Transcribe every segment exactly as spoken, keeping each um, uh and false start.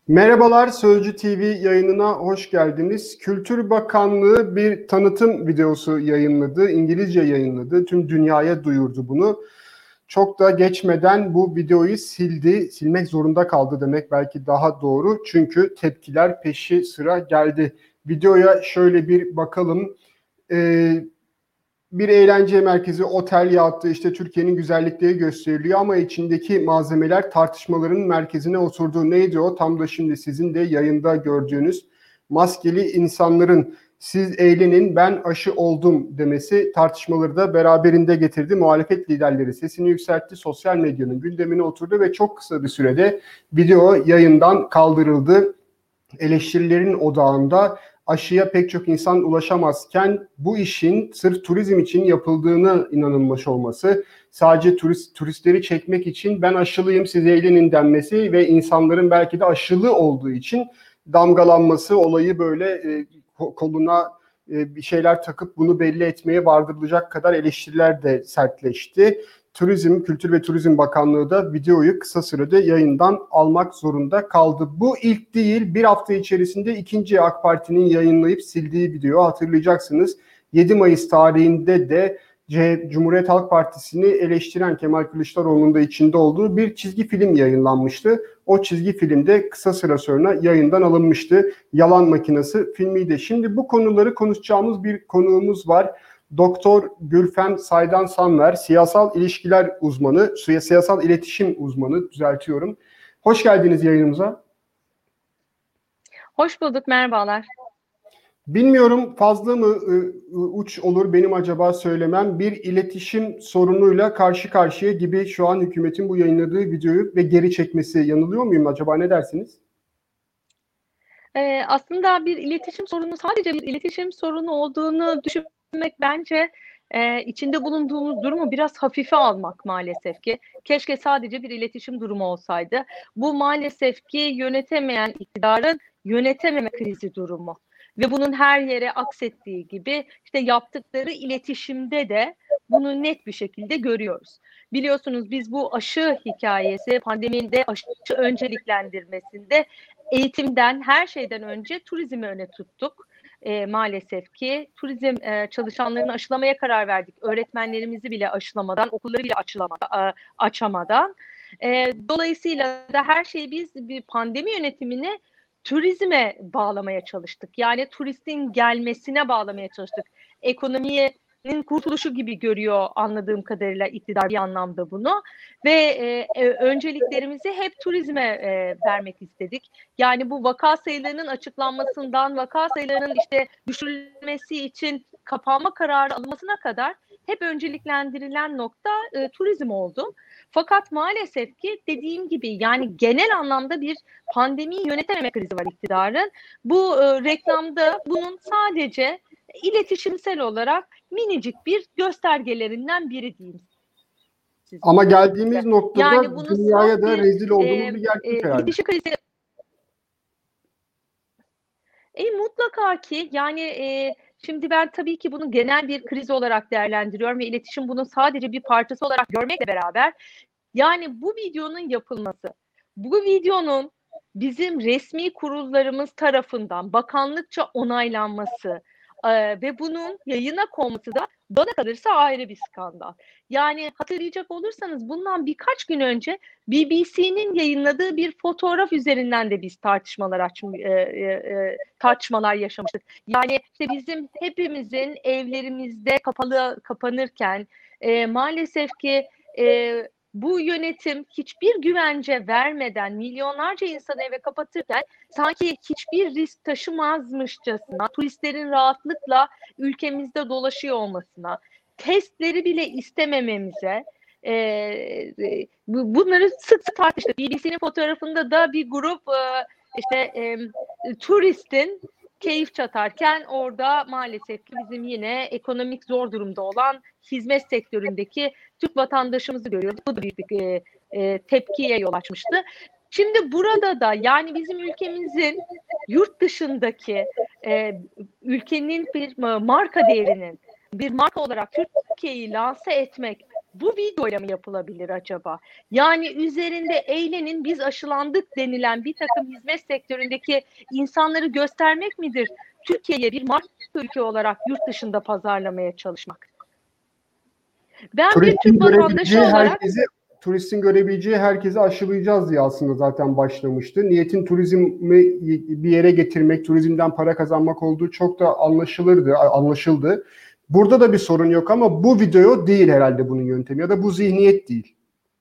Merhabalar, Sözcü T V yayınına hoş geldiniz. Kültür Bakanlığı bir tanıtım videosu yayınladı, İngilizce yayınladı, tüm dünyaya duyurdu bunu. Çok da geçmeden bu videoyu sildi, silmek zorunda kaldı demek belki daha doğru. Çünkü tepkiler peşi sıra geldi. Videoya şöyle bir bakalım. Ee, Bir eğlence merkezi, otel yahut işte Türkiye'nin güzellikleri gösteriliyor ama içindeki malzemeler tartışmaların merkezine oturdu. Neydi o? Tam da şimdi sizin de yayında gördüğünüz maskeli insanların siz eğlenin ben aşı oldum demesi tartışmaları da beraberinde getirdi. Muhalefet liderleri sesini yükseltti, sosyal medyanın gündemine oturdu ve çok kısa bir sürede video yayından kaldırıldı. Eleştirilerin odağında aşıya pek çok insan ulaşamazken bu işin sırf turizm için yapıldığına inanılmış olması, sadece turist, turistleri çekmek için ben aşılıyım siz eğlenin denmesi ve insanların belki de aşılı olduğu için damgalanması, olayı böyle e, koluna e, bir şeyler takıp bunu belli etmeye vardırılacak kadar eleştiriler de sertleşti. Turizm, Kültür ve Turizm Bakanlığı da videoyu kısa sürede yayından almak zorunda kaldı. Bu ilk değil, bir hafta içerisinde ikinci AK Parti'nin yayınlayıp sildiği video, hatırlayacaksınız. yedi Mayıs tarihinde de Cumhuriyet Halk Partisi'ni eleştiren Kemal Kılıçdaroğlu'nun da içinde olduğu bir çizgi film yayınlanmıştı. O çizgi filmde kısa süre sonra yayından alınmıştı. Yalan Makinesi filmiydi. Şimdi bu konuları konuşacağımız bir konuğumuz var. Doktor Gülfem Saydan Sanver, siyasal ilişkiler uzmanı, siyasal iletişim uzmanı, düzeltiyorum. Hoş geldiniz yayınımıza. Hoş bulduk, merhabalar. Bilmiyorum fazla mı uç olur benim acaba söylemem. Bir iletişim sorunuyla karşı karşıya gibi şu an hükümetin bu yayınladığı videoyu ve geri çekmesi, yanılıyor muyum acaba, ne dersiniz? Ee, aslında bir iletişim sorunu, sadece bir iletişim sorunu olduğunu düşünmek bence e, içinde bulunduğumuz durumu biraz hafife almak maalesef ki. Keşke sadece bir iletişim durumu olsaydı. Bu maalesef ki yönetemeyen iktidarın yönetememe krizi durumu. Ve bunun her yere aksettiği gibi işte yaptıkları iletişimde de bunu net bir şekilde görüyoruz. Biliyorsunuz biz bu aşı hikayesi, pandemide aşı önceliklendirmesinde eğitimden, her şeyden önce turizmi öne tuttuk. E, maalesef ki turizm e, çalışanlarını aşılamaya karar verdik. Öğretmenlerimizi bile aşılamadan, okulları bile açılamadan, e, açamadan. E, dolayısıyla da her şeyi biz bir pandemi yönetimini turizme bağlamaya çalıştık. Yani turistin gelmesine bağlamaya çalıştık. Ekonomiyenin kurtuluşu gibi görüyor anladığım kadarıyla iktidar bir anlamda bunu. Ve e, önceliklerimizi hep turizme e, vermek istedik. Yani bu vaka sayılarının açıklanmasından, vaka sayılarının işte düşürülmesi için kapanma kararı alınmasına kadar hep önceliklendirilen nokta e, turizm oldu. Fakat maalesef ki dediğim gibi yani genel anlamda bir pandemiyi yönetememe krizi var iktidarın. Bu e, reklamda bunun sadece iletişimsel olarak minicik bir göstergelerinden biri diyeyim. Ama geldiğimiz noktada yani bunu dünyaya saf da bir rezil olduğumuz e, bir gerçek e, herhalde. iletişim krizi. E, mutlaka ki yani e, şimdi ben tabii ki bunu genel bir kriz olarak değerlendiriyorum ve iletişim bunun sadece bir parçası olarak görmekle beraber yani bu videonun yapılması, bu videonun bizim resmi kurullarımız tarafından bakanlıkça onaylanması e, ve bunun yayına konması da bana kalırsa ayrı bir skandal. Yani hatırlayacak olursanız bundan birkaç gün önce B B C'nin yayınladığı bir fotoğraf üzerinden de biz tartışmalar aç, e, e, tartışmalar yaşamıştık. Yani işte bizim hepimizin evlerimizde kapalı kapanırken e, maalesef ki e, bu yönetim hiçbir güvence vermeden milyonlarca insanı eve kapatırken sanki hiçbir risk taşımazmışçasına, turistlerin rahatlıkla ülkemizde dolaşıyor olmasına, testleri bile istemememize, e, bunları sık sık tartıştık. B B C'nin fotoğrafında da bir grup e, işte e, turistin keyif çatarken orada maalesef ki bizim yine ekonomik zor durumda olan hizmet sektöründeki Türk vatandaşımızı görüyoruz. Bu da büyük bir e, e, tepkiye yol açmıştı. Şimdi burada da yani bizim ülkemizin yurt dışındaki e, ülkenin bir marka değerinin bir marka olarak Türkiye'yi lanse etmek bu videoyla mı yapılabilir acaba? Yani üzerinde eğlenin, biz aşılandık denilen bir takım hizmet sektöründeki insanları göstermek midir? Türkiye'ye bir marka ülke olarak yurt dışında pazarlamaya çalışmak. Ben bir Turistin Türk vatandaşı görebileceği olarak herkesi turistin görebileceği herkesi aşılayacağız diye aslında zaten başlamıştı. Niyetin turizmi bir yere getirmek, turizmden para kazanmak olduğu çok da anlaşılırdı, anlaşıldı. Burada da bir sorun yok ama bu video değil herhalde bunun yöntemi ya da bu zihniyet değil.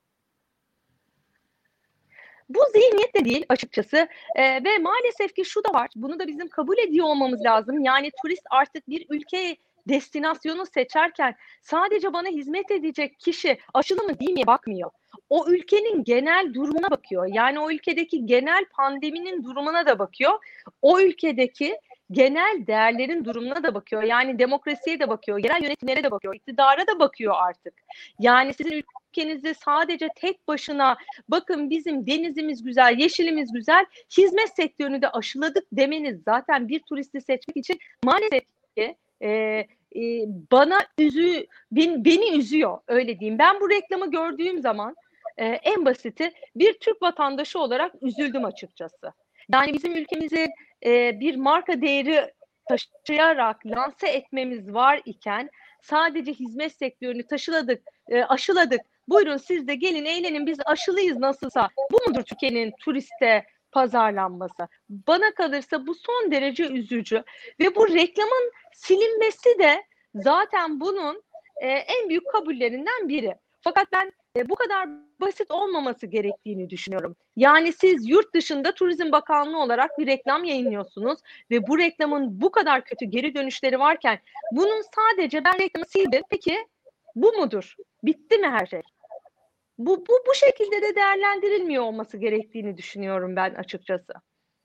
bu zihniyet de değil açıkçası ee, ve maalesef ki şu da var, bunu da bizim kabul ediyor olmamız lazım. Yani turist artık bir ülke destinasyonu seçerken sadece bana hizmet edecek kişi aşılı mı değil mi bakmıyor. O ülkenin genel durumuna bakıyor. Yani o ülkedeki genel pandeminin durumuna da bakıyor. O ülkedeki genel değerlerin durumuna da bakıyor. Yani demokrasiye de bakıyor, yerel yönetimlere de bakıyor, iktidara da bakıyor artık. Yani sizin ülkenizde sadece tek başına bakın bizim denizimiz güzel, yeşilimiz güzel, hizmet sektörünü de aşıladık demeniz zaten bir turisti seçmek için maalesef ki e, e, bana üzü, ben, beni üzüyor öyle diyeyim. Ben bu reklamı gördüğüm zaman e, en basiti bir Türk vatandaşı olarak üzüldüm açıkçası. Yani bizim ülkemizi e, bir marka değeri taşıyarak lanse etmemiz var iken sadece hizmet sektörünü taşıladık, e, aşıladık. Buyurun siz de gelin eğlenin biz aşılıyız nasılsa. Bu mudur Türkiye'nin turiste pazarlanması? Bana kalırsa bu son derece üzücü ve bu reklamın silinmesi de zaten bunun e, en büyük kabullerinden biri. Fakat ben e, bu kadar basit olmaması gerektiğini düşünüyorum. Yani siz yurt dışında Turizm Bakanlığı olarak bir reklam yayınlıyorsunuz ve bu reklamın bu kadar kötü geri dönüşleri varken bunun sadece ben reklamı sildim. Peki bu mudur? Bitti mi her şey? Bu, bu, bu şekilde de değerlendirilmiyor olması gerektiğini düşünüyorum ben açıkçası.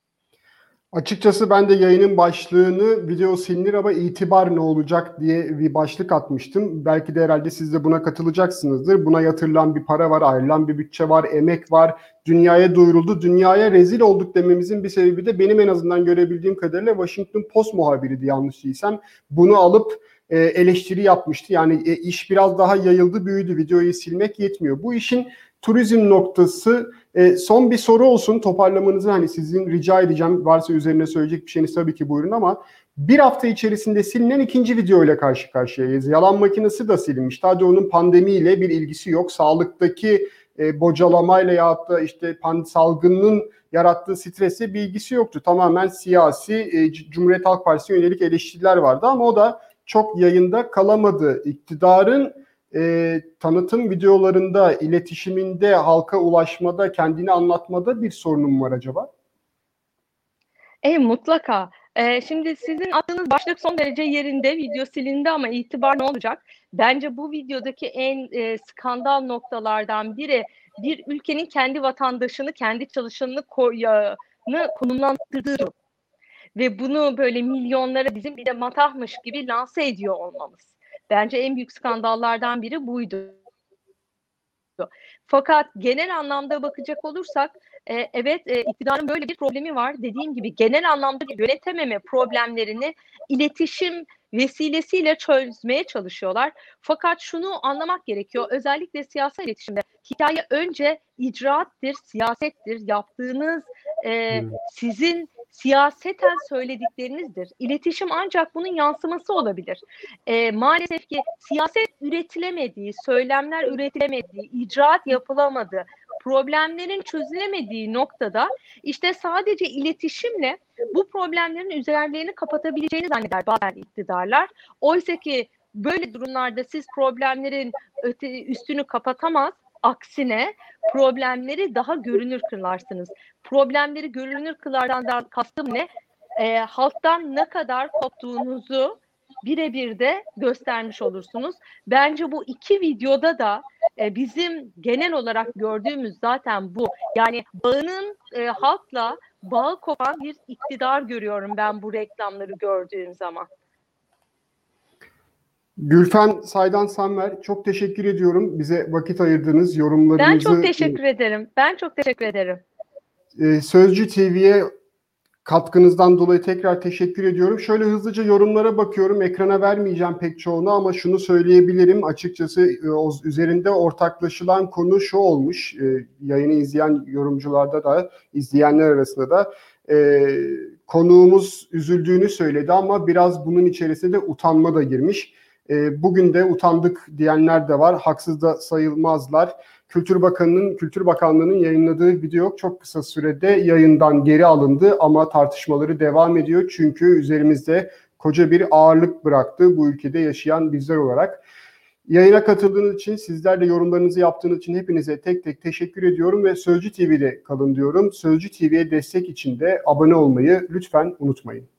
Açıkçası ben de yayının başlığını video silinir ama itibar ne olacak diye bir başlık atmıştım. Belki de herhalde siz de buna katılacaksınızdır. Buna yatırılan bir para var, ayrılan bir bütçe var, emek var. Dünyaya duyuruldu. Dünyaya rezil olduk dememizin bir sebebi de benim en azından görebildiğim kadarıyla Washington Post muhabiriydi yanlış değilsem. Bunu alıp e, eleştiri yapmıştı. Yani e, iş biraz daha yayıldı, büyüdü. Videoyu silmek yetmiyor. Bu işin turizm noktası. E, son bir soru olsun toparlamanızı hani sizin rica edeceğim. Varsa üzerine söyleyecek bir şeyiniz tabii ki buyurun ama bir hafta içerisinde silinen ikinci video ile karşı karşıyayız. Yalan makinesi da silinmiş. Sadece onun pandemiyle bir ilgisi yok. Sağlıktaki e, bocalamayla ya da işte pan, salgının yarattığı strese bir ilgisi yoktu. Tamamen siyasi e, Cumhuriyet Halk Partisi'ne yönelik eleştiriler vardı ama o da çok yayında kalamadı. İktidarın E, tanıtım videolarında, iletişiminde, halka ulaşmada, kendini anlatmada bir sorunum var acaba? E, mutlaka. E, şimdi sizin attığınız başlık son derece yerinde. Video silindi ama itibar ne olacak? Bence bu videodaki en e, skandal noktalardan biri bir ülkenin kendi vatandaşını, kendi çalışanını koyağını konumlandırdığı durum. Ve bunu böyle milyonlara bizim bir de matahmış gibi lanse ediyor olmamız. Bence en büyük skandallardan biri buydu. Fakat genel anlamda bakacak olursak e, evet e, iktidarın böyle bir problemi var. Dediğim gibi genel anlamda yönetememe problemlerini iletişim vesilesiyle çözmeye çalışıyorlar. Fakat şunu anlamak gerekiyor. Özellikle siyasal iletişimde hikaye önce icraattir, siyasettir. Yaptığınız e, sizin siyaseten söylediklerinizdir. İletişim ancak bunun yansıması olabilir. E, maalesef ki siyaset üretilemediği, söylemler üretilemediği, icraat yapılamadığı, problemlerin çözülemediği noktada işte sadece iletişimle bu problemlerin üzerlerini kapatabileceğini zanneder bazen iktidarlar. Oysa ki böyle durumlarda siz problemlerin öte, üstünü kapatamaz, aksine problemleri daha görünür kılarsınız. Problemleri görünür kılardan kastım ne? E, halktan ne kadar koptuğunuzu birebir de göstermiş olursunuz. Bence bu iki videoda da e, bizim genel olarak gördüğümüz zaten bu. Yani bağının e, halkla bağı kopan bir iktidar görüyorum ben bu reklamları gördüğüm zaman. Gülfen Saydan Sanver, çok teşekkür ediyorum. Bize vakit ayırdınız, yorumlarınızı... Ben çok teşekkür ederim. Ben çok teşekkür ederim. Sözcü T V'ye Katkınızdan dolayı tekrar teşekkür ediyorum. Şöyle hızlıca yorumlara bakıyorum. Ekrana vermeyeceğim pek çoğunu ama şunu söyleyebilirim. Açıkçası üzerinde ortaklaşılan konu şu olmuş. Yayını izleyen yorumcularda da, izleyenler arasında da e, konuğumuz üzüldüğünü söyledi ama biraz bunun içerisinde de utanma da girmiş. E, bugün de utandık diyenler de var. Haksız da sayılmazlar. Kültür Bakanı'nın, Kültür Bakanlığı'nın yayınladığı video çok kısa sürede yayından geri alındı ama tartışmaları devam ediyor. Çünkü üzerimizde koca bir ağırlık bıraktı bu ülkede yaşayan bizler olarak. Yayına katıldığınız için, sizler de yorumlarınızı yaptığınız için hepinize tek tek teşekkür ediyorum ve Sözcü T V'de kalın diyorum. Sözcü T V'ye destek için de abone olmayı lütfen unutmayın.